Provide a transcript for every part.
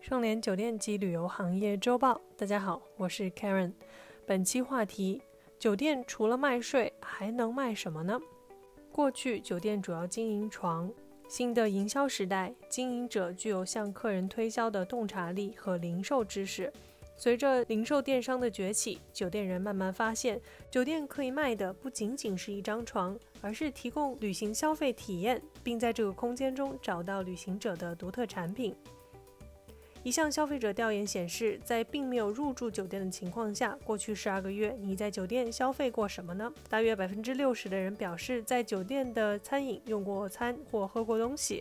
盛联酒店及旅游行业周报，大家好，我是 Karen。本期话题：酒店除了卖睡，还能卖什么呢？过去酒店主要经营床，新的营销时代，经营者具有向客人推销的洞察力和零售知识。随着零售电商的崛起，酒店人慢慢发现，酒店可以卖的不仅仅是一张床，而是提供旅行消费体验，并在这个空间中找到旅行者的独特产品。一项消费者调研显示，在并没有入住酒店的情况下，过去12个月，你在酒店消费过什么呢？大约60%的人表示在酒店的餐饮用过餐或喝过东西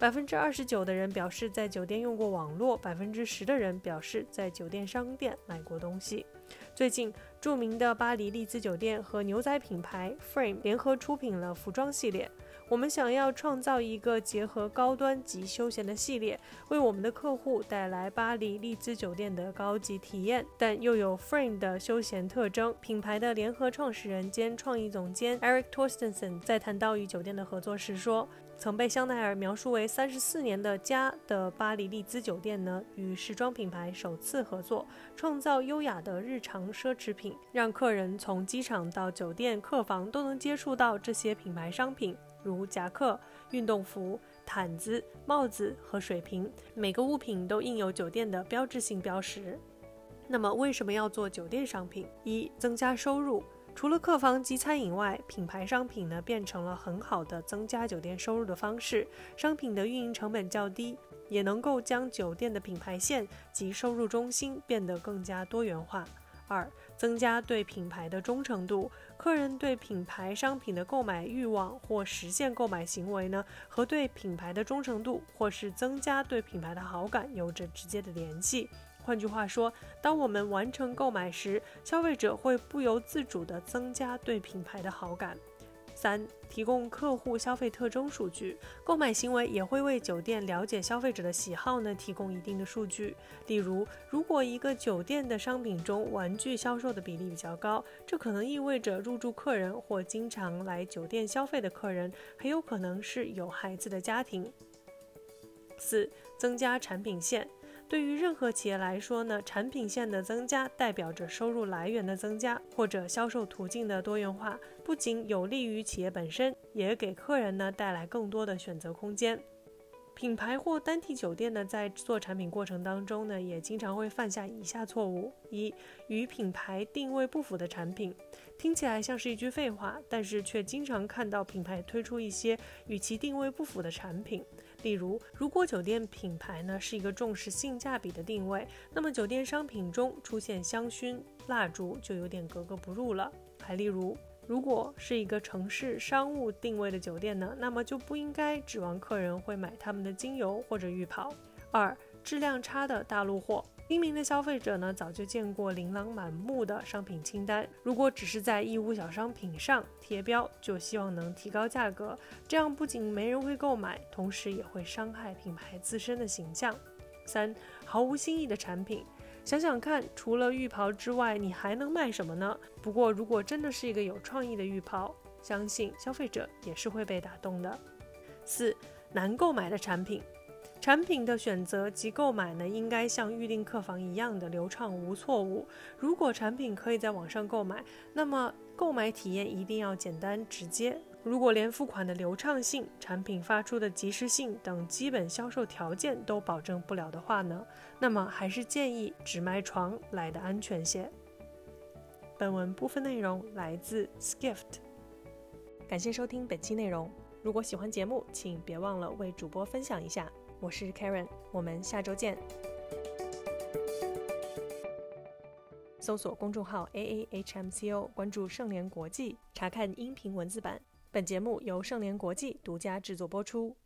，29%的人表示在酒店用过网络，10%的人表示在酒店商店买过东西。最近，著名的巴黎丽兹酒店和牛仔品牌 Frame 联合出品了服装系列。我们想要创造一个结合高端及休闲的系列，为我们的客户带来巴黎丽兹酒店的高级体验，但又有 Frame 的休闲特征。品牌的联合创始人兼创意总监 Eric Torstenson 在谈到与酒店的合作时说，曾被香奈儿描述为34年的家的巴黎丽兹酒店呢，与时装品牌首次合作，创造优雅的日常奢侈品，让客人从机场到酒店客房都能接触到这些品牌商品，如夹克、运动服、毯子、帽子和水瓶，每个物品都印有酒店的标志性标识。那么为什么要做酒店商品？一、增加收入。除了客房及餐饮外，品牌商品呢变成了很好的增加酒店收入的方式。商品的运营成本较低，也能够将酒店的品牌线及收入中心变得更加多元化。二、增加对品牌的忠诚度。客人对品牌商品的购买欲望或实现购买行为呢，和对品牌的忠诚度或是增加对品牌的好感有着直接的联系。换句话说，当我们完成购买时，消费者会不由自主地增加对品牌的好感。三、提供客户消费特征数据。购买行为也会为酒店了解消费者的喜好呢提供一定的数据。例如，如果一个酒店的商品中玩具销售的比例比较高，这可能意味着入住客人或经常来酒店消费的客人很有可能是有孩子的家庭。四、增加产品线。对于任何企业来说呢，产品线的增加代表着收入来源的增加，或者销售途径的多元化，不仅有利于企业本身，也给客人呢带来更多的选择空间。品牌或单体酒店呢，在做产品过程当中呢，也经常会犯下以下错误：一、与品牌定位不符的产品。听起来像是一句废话，但是却经常看到品牌推出一些与其定位不符的产品。例如，如果酒店品牌呢是一个重视性价比的定位，那么酒店商品中出现香薰、蜡烛就有点格格不入了。还例如，如果是一个城市商务定位的酒店呢，那么就不应该指望客人会买他们的精油或者浴袍。二、质量差的大陆货。精明的消费者呢，早就见过琳琅满目的商品清单，如果只是在义乌小商品上贴标，就希望能提高价格，这样不仅没人会购买，同时也会伤害品牌自身的形象。三、毫无新意的产品。想想看，除了浴袍之外，你还能卖什么呢？不过，如果真的是一个有创意的浴袍，相信消费者也是会被打动的。四、难购买的产品。产品的选择及购买呢，应该像预订客房一样的流畅无错误。如果产品可以在网上购买，那么购买体验一定要简单直接。如果连付款的流畅性、产品发出的及时性等基本销售条件都保证不了的话呢，那么还是建议只卖床来的安全些。本文部分内容来自 Skift。 感谢收听本期内容，如果喜欢节目，请别忘了为主播分享一下。我是 Karen， 我们下周见。搜索公众号 AAHMCO， 关注盛联国际，查看音频文字版。本节目由盛联国际独家制作播出。